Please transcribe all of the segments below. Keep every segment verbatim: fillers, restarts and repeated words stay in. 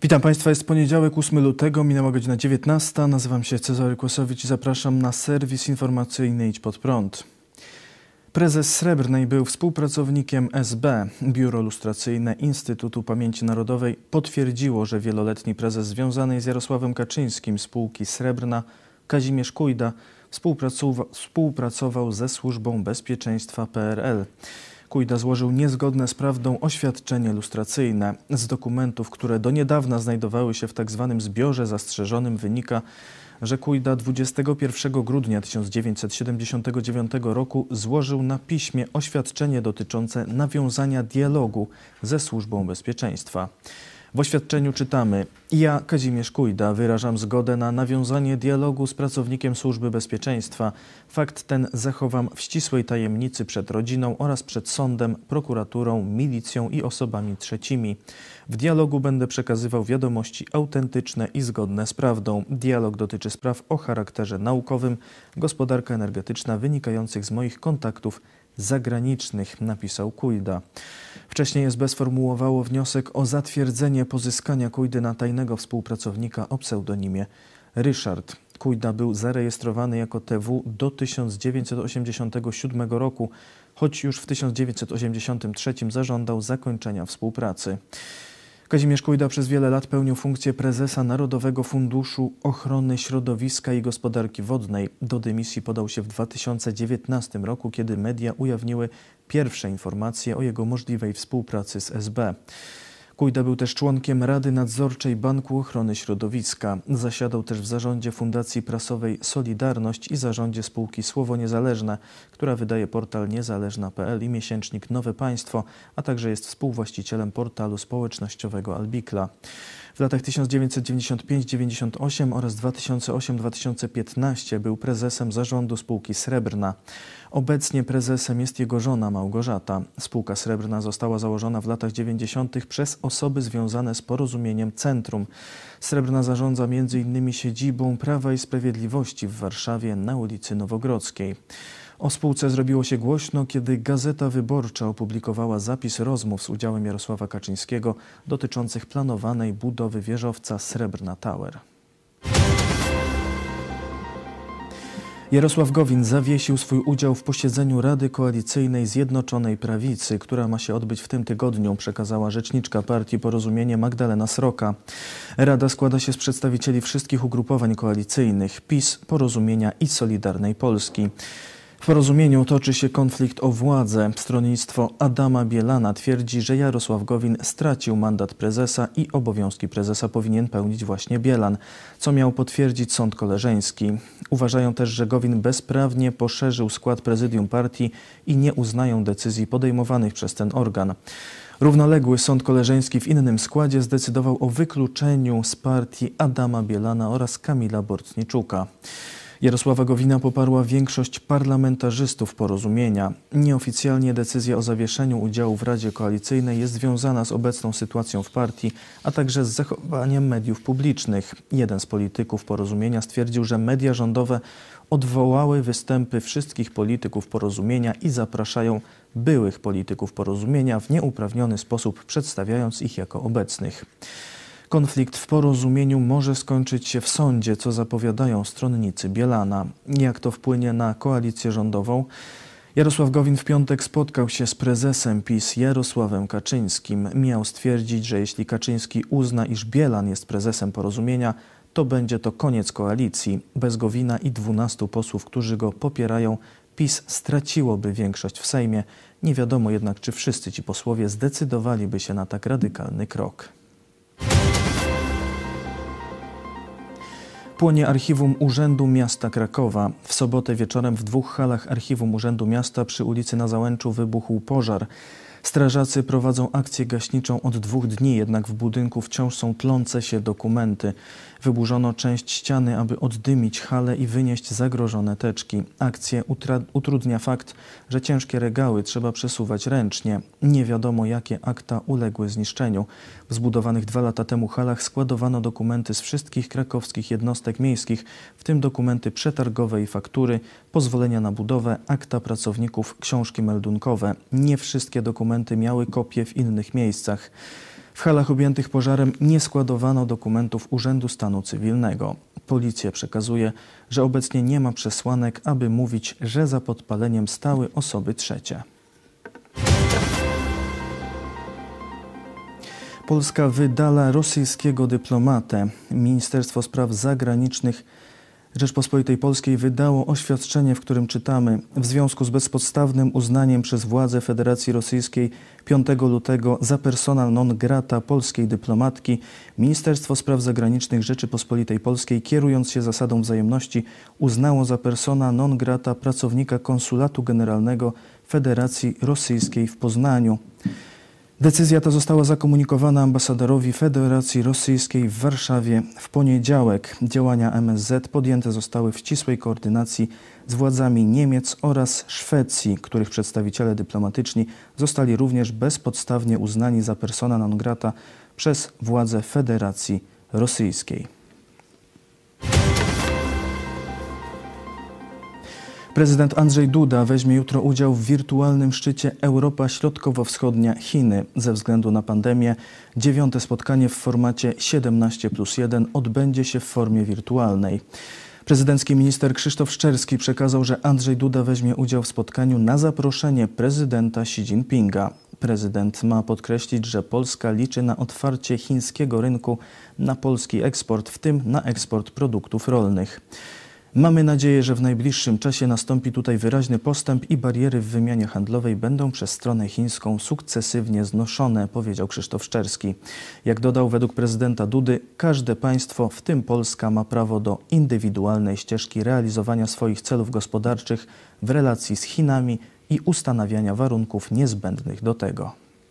Witam Państwa, jest poniedziałek, ósmego lutego, minęła godzina dziewiętnasta. Nazywam się Cezary Kłosowicz i zapraszam na serwis informacyjny Idź Pod Prąd. Prezes Srebrnej był współpracownikiem S B. Biuro Lustracyjne Instytutu Pamięci Narodowej potwierdziło, że wieloletni prezes związanej z Jarosławem Kaczyńskim spółki Srebrna, Kazimierz Kujda, współpracował, współpracował ze Służbą Bezpieczeństwa P R L. Kujda złożył niezgodne z prawdą oświadczenie lustracyjne. Z dokumentów, które do niedawna znajdowały się w tzw. zbiorze zastrzeżonym, wynika, że Kujda dwudziestego pierwszego grudnia tysiąc dziewięćset siedemdziesiątego dziewiątego roku złożył na piśmie oświadczenie dotyczące nawiązania dialogu ze Służbą Bezpieczeństwa. W oświadczeniu czytamy: ja, Kazimierz Kujda, wyrażam zgodę na nawiązanie dialogu z pracownikiem Służby Bezpieczeństwa. Fakt ten zachowam w ścisłej tajemnicy przed rodziną oraz przed sądem, prokuraturą, milicją i osobami trzecimi. W dialogu będę przekazywał wiadomości autentyczne i zgodne z prawdą. Dialog dotyczy spraw o charakterze naukowym, gospodarka energetyczna wynikających z moich kontaktów zagranicznych, napisał Kujda. Wcześniej S B sformułowało wniosek o zatwierdzenie pozyskania Kujdy na tajnego współpracownika o pseudonimie Ryszard. Kujda był zarejestrowany jako T W do tysiąc dziewięćset osiemdziesiątego siódmego roku, choć już w tysiąc dziewięćset osiemdziesiątym trzecim zażądał zakończenia współpracy. Kazimierz Kujda przez wiele lat pełnił funkcję prezesa Narodowego Funduszu Ochrony Środowiska i Gospodarki Wodnej. Do dymisji podał się w dwa tysiące dziewiętnastym roku, kiedy media ujawniły pierwsze informacje o jego możliwej współpracy z S B. Kujda był też członkiem Rady Nadzorczej Banku Ochrony Środowiska. Zasiadał też w zarządzie Fundacji Prasowej Solidarność i zarządzie spółki Słowo Niezależne, która wydaje portal niezależna kropka p l i miesięcznik Nowe Państwo, a także jest współwłaścicielem portalu społecznościowego Albikla. W latach tysiąc dziewięćset dziewięćdziesiątym piątym do dziewięćdziesiątego ósmego oraz dwa tysiące ósmego do dwa tysiące piętnastego był prezesem zarządu spółki Srebrna. Obecnie prezesem jest jego żona Małgorzata. Spółka Srebrna została założona w latach dziewięćdziesiątych przez osoby związane z porozumieniem Centrum. Srebrna zarządza między innymi siedzibą Prawa i Sprawiedliwości w Warszawie na ulicy Nowogrodzkiej. O spółce zrobiło się głośno, kiedy Gazeta Wyborcza opublikowała zapis rozmów z udziałem Jarosława Kaczyńskiego dotyczących planowanej budowy wieżowca Srebrna Tower. Jarosław Gowin zawiesił swój udział w posiedzeniu Rady Koalicyjnej Zjednoczonej Prawicy, która ma się odbyć w tym tygodniu, przekazała rzeczniczka partii Porozumienie Magdalena Sroka. Rada składa się z przedstawicieli wszystkich ugrupowań koalicyjnych: PiS, Porozumienia i Solidarnej Polski. W Porozumieniu toczy się konflikt o władzę. Stronnictwo Adama Bielana twierdzi, że Jarosław Gowin stracił mandat prezesa i obowiązki prezesa powinien pełnić właśnie Bielan, co miał potwierdzić sąd koleżeński. Uważają też, że Gowin bezprawnie poszerzył skład prezydium partii i nie uznają decyzji podejmowanych przez ten organ. Równoległy sąd koleżeński w innym składzie zdecydował o wykluczeniu z partii Adama Bielana oraz Kamila Bortniczuka. Jarosława Gowina poparła większość parlamentarzystów Porozumienia. Nieoficjalnie decyzja o zawieszeniu udziału w Radzie Koalicyjnej jest związana z obecną sytuacją w partii, a także z zachowaniem mediów publicznych. Jeden z polityków Porozumienia stwierdził, że media rządowe odwołały występy wszystkich polityków Porozumienia i zapraszają byłych polityków Porozumienia w nieuprawniony sposób, przedstawiając ich jako obecnych. Konflikt w Porozumieniu może skończyć się w sądzie, co zapowiadają stronnicy Bielana. Jak to wpłynie na koalicję rządową? Jarosław Gowin w piątek spotkał się z prezesem PiS Jarosławem Kaczyńskim. Miał stwierdzić, że jeśli Kaczyński uzna, iż Bielan jest prezesem Porozumienia, to będzie to koniec koalicji. Bez Gowina i dwunastu posłów, którzy go popierają, PiS straciłoby większość w Sejmie. Nie wiadomo jednak, czy wszyscy ci posłowie zdecydowaliby się na tak radykalny krok. Płonie archiwum Urzędu Miasta Krakowa. W sobotę wieczorem w dwóch halach archiwum Urzędu Miasta przy ulicy na Załęczu wybuchł pożar. Strażacy prowadzą akcję gaśniczą od dwóch dni, jednak w budynku wciąż są tlące się dokumenty. Wyburzono część ściany, aby oddymić halę i wynieść zagrożone teczki. Akcję utrudnia fakt, że ciężkie regały trzeba przesuwać ręcznie. Nie wiadomo, jakie akta uległy zniszczeniu. W zbudowanych dwa lata temu halach składowano dokumenty z wszystkich krakowskich jednostek miejskich, w tym dokumenty przetargowe i faktury, pozwolenia na budowę, akta pracowników, książki meldunkowe. Nie wszystkie dokumenty miały kopie w innych miejscach. W halach objętych pożarem nie składowano dokumentów Urzędu Stanu Cywilnego. Policja przekazuje, że obecnie nie ma przesłanek, aby mówić, że za podpaleniem stały osoby trzecie. Polska wydala rosyjskiego dyplomatę. Ministerstwo Spraw Zagranicznych Rzeczpospolitej Polskiej wydało oświadczenie, w którym czytamy: w związku z bezpodstawnym uznaniem przez władze Federacji Rosyjskiej piątego lutego za persona non grata polskiej dyplomatki, Ministerstwo Spraw Zagranicznych Rzeczypospolitej Polskiej, kierując się zasadą wzajemności, uznało za persona non grata pracownika Konsulatu Generalnego Federacji Rosyjskiej w Poznaniu. Decyzja ta została zakomunikowana ambasadorowi Federacji Rosyjskiej w Warszawie w poniedziałek. Działania M S Z podjęte zostały w ścisłej koordynacji z władzami Niemiec oraz Szwecji, których przedstawiciele dyplomatyczni zostali również bezpodstawnie uznani za persona non grata przez władze Federacji Rosyjskiej. Prezydent Andrzej Duda weźmie jutro udział w wirtualnym szczycie Europa Środkowo-Wschodnia Chiny. Ze względu na pandemię dziewiąte spotkanie w formacie siedemnaście plus jeden odbędzie się w formie wirtualnej. Prezydencki minister Krzysztof Szczerski przekazał, że Andrzej Duda weźmie udział w spotkaniu na zaproszenie prezydenta Xi Jinpinga. Prezydent ma podkreślić, że Polska liczy na otwarcie chińskiego rynku na polski eksport, w tym na eksport produktów rolnych. Mamy nadzieję, że w najbliższym czasie nastąpi tutaj wyraźny postęp i bariery w wymianie handlowej będą przez stronę chińską sukcesywnie znoszone, powiedział Krzysztof Szczerski. Jak dodał, według prezydenta Dudy każde państwo, w tym Polska, ma prawo do indywidualnej ścieżki realizowania swoich celów gospodarczych w relacji z Chinami i ustanawiania warunków niezbędnych do tego.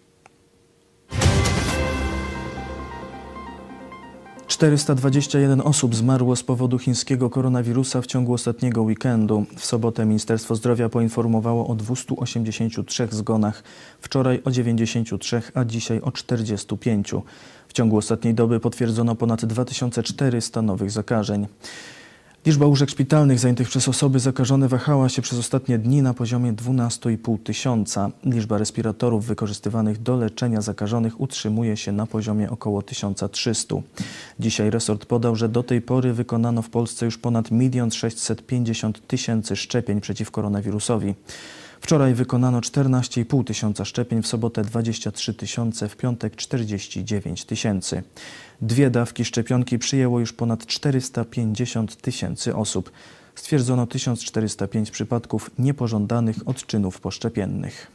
czterysta dwadzieścia jeden osób zmarło z powodu chińskiego koronawirusa w ciągu ostatniego weekendu. W sobotę Ministerstwo Zdrowia poinformowało o dwustu osiemdziesięciu trzech zgonach, wczoraj o dziewięćdziesięciu trzech, a dzisiaj o czterdziestu pięciu. W ciągu ostatniej doby potwierdzono ponad dwa tysiące czterysta nowych zakażeń. Liczba łóżek szpitalnych zajętych przez osoby zakażone wahała się przez ostatnie dni na poziomie dwunastu i pół tysiąca. Liczba respiratorów wykorzystywanych do leczenia zakażonych utrzymuje się na poziomie około tysiąca trzystu. Dzisiaj resort podał, że do tej pory wykonano w Polsce już ponad milion sześćset pięćdziesiąt tysięcy szczepień przeciw koronawirusowi. Wczoraj wykonano czternaście i pół tysiąca szczepień, w sobotę dwadzieścia trzy tysiące, w piątek czterdzieści dziewięć tysięcy. Dwie dawki szczepionki przyjęło już ponad czterysta pięćdziesiąt tysięcy osób. Stwierdzono tysiąc czterysta pięć przypadków niepożądanych odczynów poszczepiennych.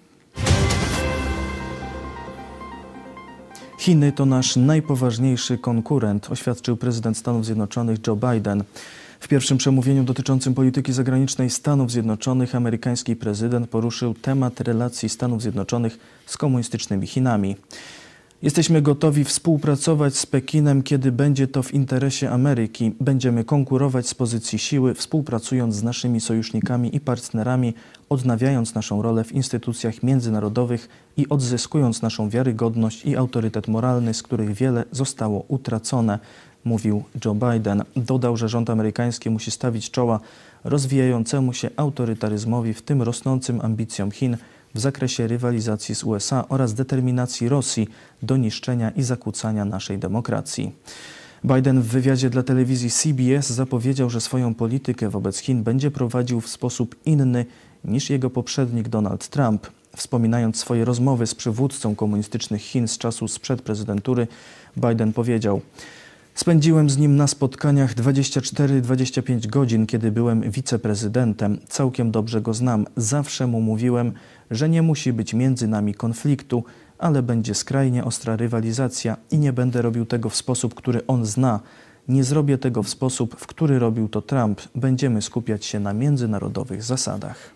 Chiny to nasz najpoważniejszy konkurent, oświadczył prezydent Stanów Zjednoczonych Joe Biden. W pierwszym przemówieniu dotyczącym polityki zagranicznej Stanów Zjednoczonych amerykański prezydent poruszył temat relacji Stanów Zjednoczonych z komunistycznymi Chinami. Jesteśmy gotowi współpracować z Pekinem, kiedy będzie to w interesie Ameryki. Będziemy konkurować z pozycji siły, współpracując z naszymi sojusznikami i partnerami, odnawiając naszą rolę w instytucjach międzynarodowych i odzyskując naszą wiarygodność i autorytet moralny, z których wiele zostało utracone, mówił Joe Biden. Dodał, że rząd amerykański musi stawić czoła rozwijającemu się autorytaryzmowi, w tym rosnącym ambicjom Chin w zakresie rywalizacji z U S A oraz determinacji Rosji do niszczenia i zakłócania naszej demokracji. Biden w wywiadzie dla telewizji C B S zapowiedział, że swoją politykę wobec Chin będzie prowadził w sposób inny niż jego poprzednik Donald Trump. Wspominając swoje rozmowy z przywódcą komunistycznych Chin z czasu sprzed prezydentury, Biden powiedział: spędziłem z nim na spotkaniach dwadzieścia cztery dwadzieścia pięć godzin, kiedy byłem wiceprezydentem. Całkiem dobrze go znam. Zawsze mu mówiłem, że nie musi być między nami konfliktu, ale będzie skrajnie ostra rywalizacja i nie będę robił tego w sposób, który on zna. Nie zrobię tego w sposób, w który robił to Trump. Będziemy skupiać się na międzynarodowych zasadach.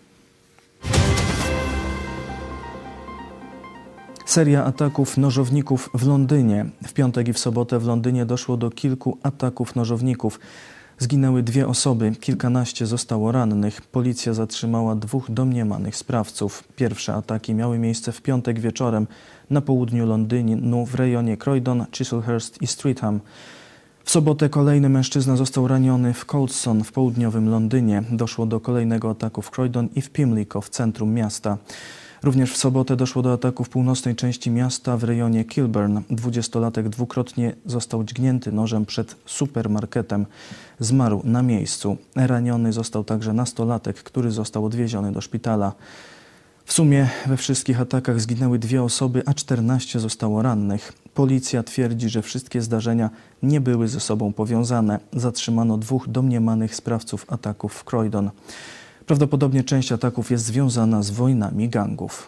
Seria ataków nożowników w Londynie. W piątek i w sobotę w Londynie doszło do kilku ataków nożowników. Zginęły dwie osoby, kilkanaście zostało rannych. Policja zatrzymała dwóch domniemanych sprawców. Pierwsze ataki miały miejsce w piątek wieczorem na południu Londynu w rejonie Croydon, Chislehurst i Streatham. W sobotę kolejny mężczyzna został raniony w Coulson w południowym Londynie. Doszło do kolejnego ataku w Croydon i w Pimlico w centrum miasta. Również w sobotę doszło do ataku w północnej części miasta w rejonie Kilburn. Dwudziestolatek dwukrotnie został dźgnięty nożem przed supermarketem. Zmarł na miejscu. Raniony został także nastolatek, który został odwieziony do szpitala. W sumie we wszystkich atakach zginęły dwie osoby, a czternaście zostało rannych. Policja twierdzi, że wszystkie zdarzenia nie były ze sobą powiązane. Zatrzymano dwóch domniemanych sprawców ataków w Croydon. Prawdopodobnie część ataków jest związana z wojnami gangów.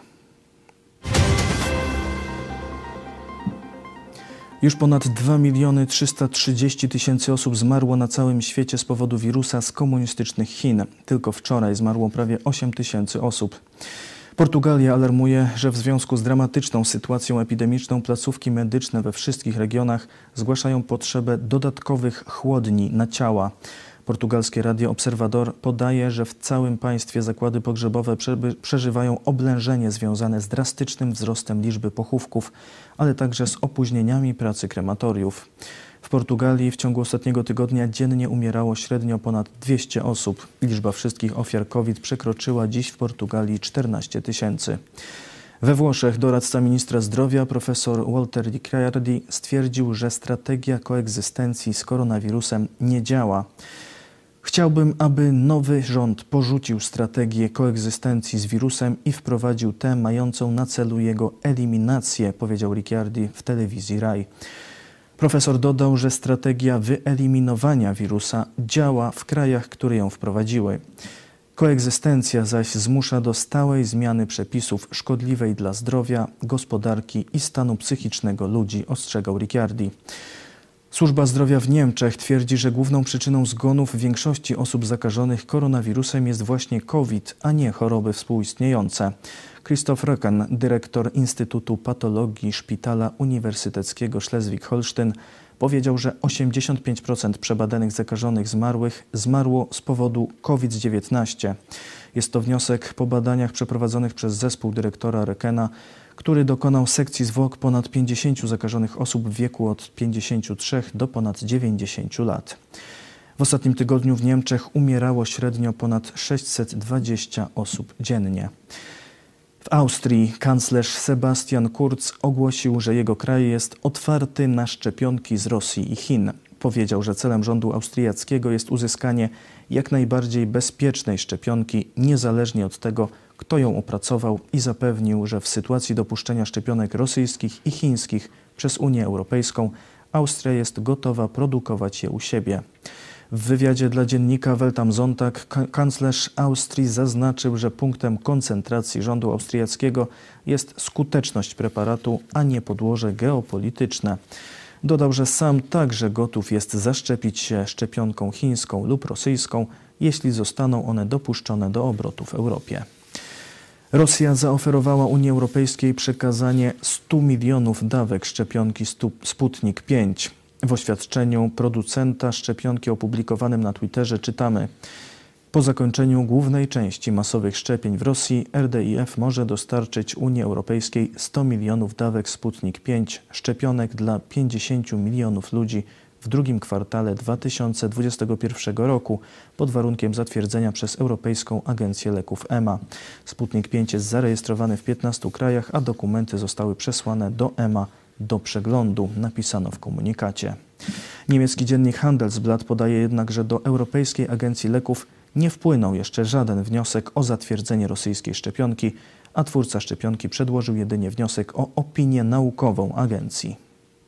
Już ponad dwa miliony trzysta trzydzieści tysięcy osób zmarło na całym świecie z powodu wirusa z komunistycznych Chin. Tylko wczoraj zmarło prawie osiem tysięcy osób. Portugalia alarmuje, że w związku z dramatyczną sytuacją epidemiczną placówki medyczne we wszystkich regionach zgłaszają potrzebę dodatkowych chłodni na ciała. Portugalskie Radio Observador podaje, że w całym państwie zakłady pogrzebowe przeżywają oblężenie związane z drastycznym wzrostem liczby pochówków, ale także z opóźnieniami pracy krematoriów. W Portugalii w ciągu ostatniego tygodnia dziennie umierało średnio ponad dwieście osób. Liczba wszystkich ofiar COVID przekroczyła dziś w Portugalii czternaście tysięcy. We Włoszech doradca ministra zdrowia profesor Walter Ricciardi stwierdził, że strategia koegzystencji z koronawirusem nie działa. Chciałbym, aby nowy rząd porzucił strategię koegzystencji z wirusem i wprowadził tę mającą na celu jego eliminację, powiedział Ricciardi w telewizji Rai. Profesor dodał, że strategia wyeliminowania wirusa działa w krajach, które ją wprowadziły. Koegzystencja zaś zmusza do stałej zmiany przepisów szkodliwej dla zdrowia, gospodarki i stanu psychicznego ludzi, ostrzegał Ricciardi. Służba zdrowia w Niemczech twierdzi, że główną przyczyną zgonów większości osób zakażonych koronawirusem jest właśnie COVID, a nie choroby współistniejące. Christoph Röcken, dyrektor Instytutu Patologii Szpitala Uniwersyteckiego Schleswig-Holstein, powiedział, że osiemdziesiąt pięć procent przebadanych zakażonych zmarłych zmarło z powodu COVID dziewiętnaście. Jest to wniosek po badaniach przeprowadzonych przez zespół dyrektora Röckena, który dokonał sekcji zwłok ponad pięćdziesięciu zakażonych osób w wieku od pięćdziesięciu trzech do ponad dziewięćdziesięciu lat. W ostatnim tygodniu w Niemczech umierało średnio ponad sześćset dwadzieścia osób dziennie. W Austrii kanclerz Sebastian Kurz ogłosił, że jego kraj jest otwarty na szczepionki z Rosji i Chin. Powiedział, że celem rządu austriackiego jest uzyskanie jak najbardziej bezpiecznej szczepionki, niezależnie od tego, kto ją opracował, i zapewnił, że w sytuacji dopuszczenia szczepionek rosyjskich i chińskich przez Unię Europejską Austria jest gotowa produkować je u siebie. W wywiadzie dla dziennika Welt am Sonntag kanclerz Austrii zaznaczył, że punktem koncentracji rządu austriackiego jest skuteczność preparatu, a nie podłoże geopolityczne. Dodał, że sam także gotów jest zaszczepić się szczepionką chińską lub rosyjską, jeśli zostaną one dopuszczone do obrotu w Europie. Rosja zaoferowała Unii Europejskiej przekazanie stu milionów dawek szczepionki Sputnik pięć. W oświadczeniu producenta szczepionki opublikowanym na Twitterze czytamy: po zakończeniu głównej części masowych szczepień w Rosji R D I F może dostarczyć Unii Europejskiej sto milionów dawek Sputnik pięć szczepionek dla pięćdziesięciu milionów ludzi w drugim kwartale dwa tysiące dwudziestego pierwszego roku pod warunkiem zatwierdzenia przez Europejską Agencję Leków E M A. Sputnik pięć jest zarejestrowany w piętnastu krajach, a dokumenty zostały przesłane do E M A do przeglądu, napisano w komunikacie. Niemiecki dziennik Handelsblatt podaje jednak, że do Europejskiej Agencji Leków nie wpłynął jeszcze żaden wniosek o zatwierdzenie rosyjskiej szczepionki, a twórca szczepionki przedłożył jedynie wniosek o opinię naukową agencji.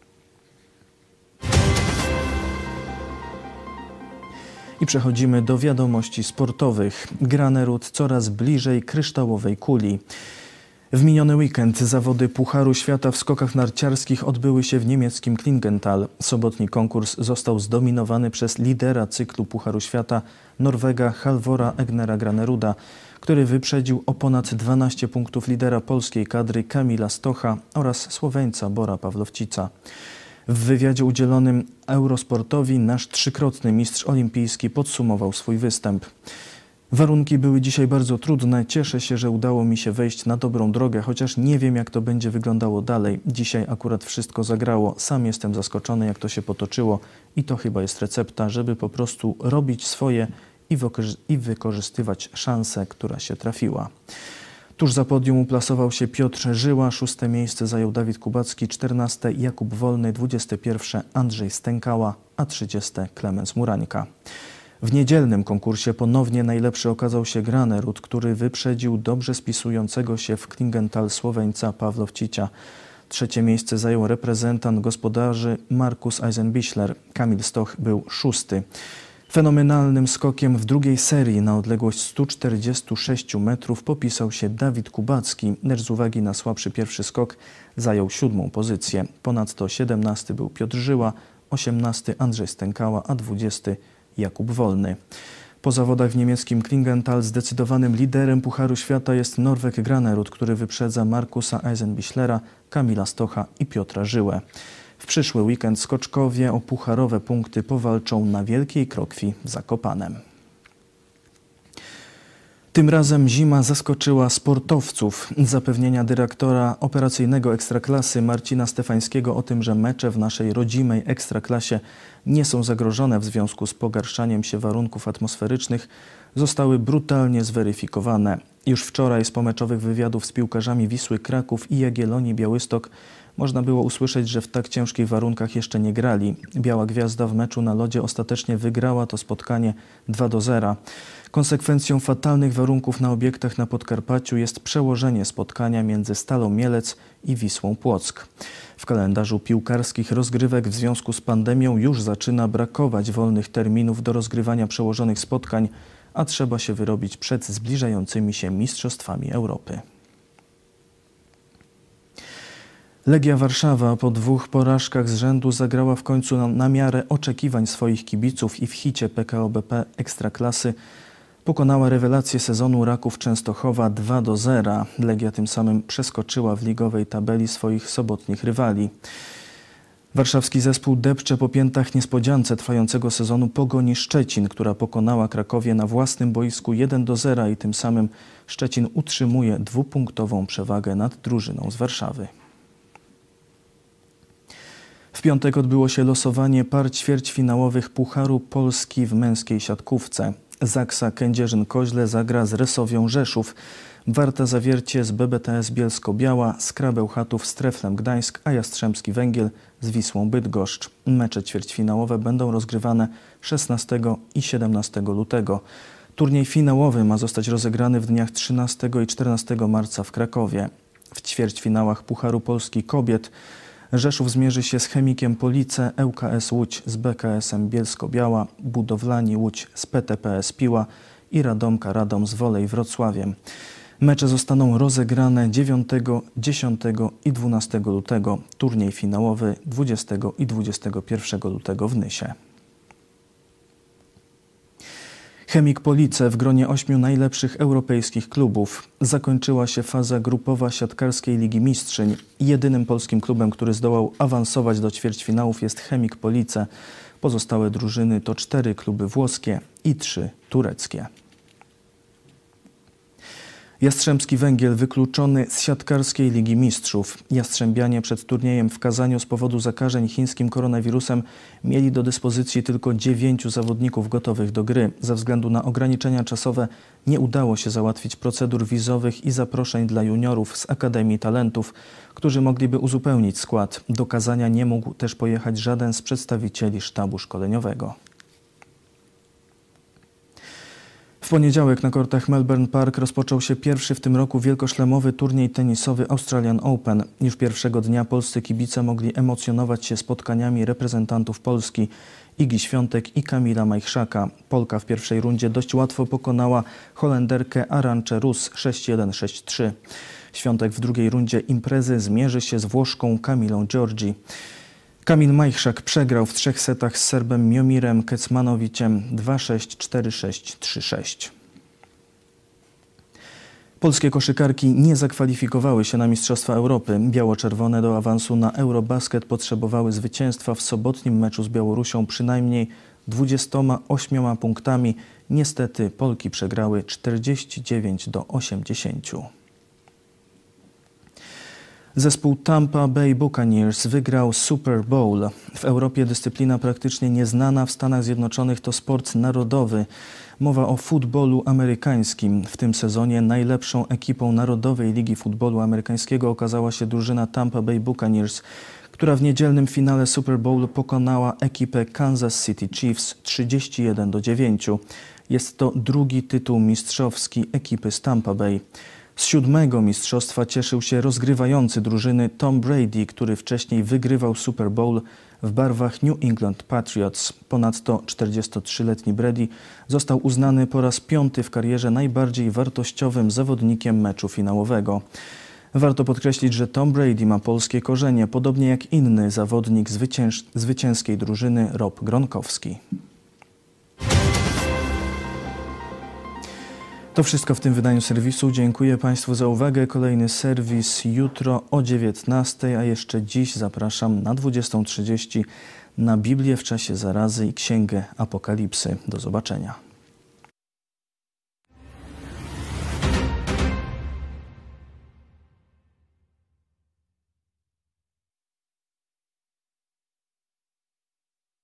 I przechodzimy do wiadomości sportowych. Granerud coraz bliżej kryształowej kuli. W miniony weekend zawody Pucharu Świata w skokach narciarskich odbyły się w niemieckim Klingenthal. Sobotni konkurs został zdominowany przez lidera cyklu Pucharu Świata, Norwega Halvora Egnera Graneruda, który wyprzedził o ponad dwanaście punktów lidera polskiej kadry Kamila Stocha oraz Słoweńca Bora Pawlowcica. W wywiadzie udzielonym Eurosportowi nasz trzykrotny mistrz olimpijski podsumował swój występ. Warunki były dzisiaj bardzo trudne. Cieszę się, że udało mi się wejść na dobrą drogę, chociaż nie wiem, jak to będzie wyglądało dalej. Dzisiaj akurat wszystko zagrało. Sam jestem zaskoczony, jak to się potoczyło, i to chyba jest recepta, żeby po prostu robić swoje i wykorzystywać szansę, która się trafiła. Tuż za podium uplasował się Piotr Żyła, szóste miejsce zajął Dawid Kubacki, czternaste Jakub Wolny, dwudzieste pierwsze Andrzej Stękała, a trzydzieste Klemens Murańka. W niedzielnym konkursie ponownie najlepszy okazał się Granerud, który wyprzedził dobrze spisującego się w Klingenthal Słoweńca Pawłowcicia. Trzecie miejsce zajął reprezentant gospodarzy Markus Eisenbichler. Kamil Stoch był szósty. Fenomenalnym skokiem w drugiej serii na odległość stu czterdziestu sześciu metrów popisał się Dawid Kubacki, lecz z uwagi na słabszy pierwszy skok zajął siódmą pozycję. Ponadto siedemnasty był Piotr Żyła, osiemnasty Andrzej Stękała, a dwudziesty Jakub Wolny. Po zawodach w niemieckim Klingenthal zdecydowanym liderem Pucharu Świata jest Norweg Granerud, który wyprzedza Markusa Eisenbichlera, Kamila Stocha i Piotra Żyłę. W przyszły weekend skoczkowie o pucharowe punkty powalczą na Wielkiej Krokwi w Zakopanem. Tym razem zima zaskoczyła sportowców. Zapewnienia dyrektora operacyjnego Ekstraklasy Marcina Stefańskiego o tym, że mecze w naszej rodzimej Ekstraklasie nie są zagrożone w związku z pogarszaniem się warunków atmosferycznych, zostały brutalnie zweryfikowane. Już wczoraj z pomeczowych wywiadów z piłkarzami Wisły Kraków i Jagiellonii Białystok można było usłyszeć, że w tak ciężkich warunkach jeszcze nie grali. Biała Gwiazda w meczu na lodzie ostatecznie wygrała to spotkanie dwa do zera. Konsekwencją fatalnych warunków na obiektach na Podkarpaciu jest przełożenie spotkania między Stalą Mielec i Wisłą Płock. W kalendarzu piłkarskich rozgrywek w związku z pandemią już zaczyna brakować wolnych terminów do rozgrywania przełożonych spotkań, a trzeba się wyrobić przed zbliżającymi się Mistrzostwami Europy. Legia Warszawa po dwóch porażkach z rzędu zagrała w końcu na, na miarę oczekiwań swoich kibiców i w hicie P K O B P Ekstraklasy pokonała rewelację sezonu Raków Częstochowa dwa do zera. Legia tym samym przeskoczyła w ligowej tabeli swoich sobotnich rywali. Warszawski zespół depcze po piętach niespodziance trwającego sezonu Pogoni Szczecin, która pokonała Krakowie na własnym boisku jeden do zera i tym samym Szczecin utrzymuje dwupunktową przewagę nad drużyną z Warszawy. W piątek odbyło się losowanie par ćwierćfinałowych Pucharu Polski w męskiej siatkówce. Zaksa Kędzierzyn-Koźle zagra z Resowią Rzeszów, Warta Zawiercie z B B T S Bielsko-Biała, Skrabeł Chatów z Treflem Gdańsk, a Jastrzębski Węgiel z Wisłą Bydgoszcz. Mecze ćwierćfinałowe będą rozgrywane szesnastego i siedemnastego lutego. Turniej finałowy ma zostać rozegrany w dniach trzynastego i czternastego marca w Krakowie. W ćwierćfinałach Pucharu Polski Kobiet Rzeszów zmierzy się z Chemikiem Police, L K S Łódź z B K S-em Bielsko-Biała, Budowlani Łódź z P T P S Piła i Radomka Radom z Wolej Wrocławiem. Mecze zostaną rozegrane dziewiątego, dziesiątego i dwunastego lutego. Turniej finałowy dwudziestego i dwudziestego pierwszego lutego w Nysie. Chemik Police w gronie ośmiu najlepszych europejskich klubów. Zakończyła się faza grupowa siatkarskiej Ligi Mistrzyń. Jedynym polskim klubem, który zdołał awansować do ćwierćfinałów, jest Chemik Police. Pozostałe drużyny to cztery kluby włoskie i trzy tureckie. Jastrzębski Węgiel wykluczony z siatkarskiej Ligi Mistrzów. Jastrzębianie przed turniejem w Kazaniu z powodu zakażeń chińskim koronawirusem mieli do dyspozycji tylko dziewięciu zawodników gotowych do gry. Ze względu na ograniczenia czasowe nie udało się załatwić procedur wizowych i zaproszeń dla juniorów z Akademii Talentów, którzy mogliby uzupełnić skład. Do Kazania nie mógł też pojechać żaden z przedstawicieli sztabu szkoleniowego. W poniedziałek na kortach Melbourne Park rozpoczął się pierwszy w tym roku wielkoszlemowy turniej tenisowy Australian Open. Już pierwszego dnia polscy kibice mogli emocjonować się spotkaniami reprezentantów Polski Igi Świątek i Kamila Majchrzaka. Polka w pierwszej rundzie dość łatwo pokonała Holenderkę Arantxę Rus sześć jeden sześć trzy. Świątek w drugiej rundzie imprezy zmierzy się z Włoszką Kamilą Giorgi. Kamil Majchrzak przegrał w trzech setach z Serbem Miomirem Kecmanowiciem dwa sześć, cztery sześć, trzy sześć. Polskie koszykarki nie zakwalifikowały się na Mistrzostwa Europy. Biało-czerwone do awansu na Eurobasket potrzebowały zwycięstwa w sobotnim meczu z Białorusią przynajmniej dwudziestoma ośmioma punktami. Niestety Polki przegrały czterdzieści dziewięć do osiemdziesięciu. Zespół Tampa Bay Buccaneers wygrał Super Bowl. W Europie dyscyplina praktycznie nieznana, w Stanach Zjednoczonych to sport narodowy. Mowa o futbolu amerykańskim. W tym sezonie najlepszą ekipą Narodowej Ligi Futbolu Amerykańskiego okazała się drużyna Tampa Bay Buccaneers, która w niedzielnym finale Super Bowl pokonała ekipę Kansas City Chiefs trzydzieści jeden do dziewięciu. Jest to drugi tytuł mistrzowski ekipy z Tampa Bay. Z siódmego mistrzostwa cieszył się rozgrywający drużyny Tom Brady, który wcześniej wygrywał Super Bowl w barwach New England Patriots. Ponadto czterdziestotrzyletni Brady został uznany po raz piąty w karierze najbardziej wartościowym zawodnikiem meczu finałowego. Warto podkreślić, że Tom Brady ma polskie korzenie, podobnie jak inny zawodnik zwycięż- zwycięskiej drużyny Rob Gronkowski. To wszystko w tym wydaniu serwisu. Dziękuję Państwu za uwagę. Kolejny serwis jutro o dziewiętnastej, a jeszcze dziś zapraszam na dwudziestą trzydzieści na Biblię w czasie zarazy i Księgę Apokalipsy. Do zobaczenia.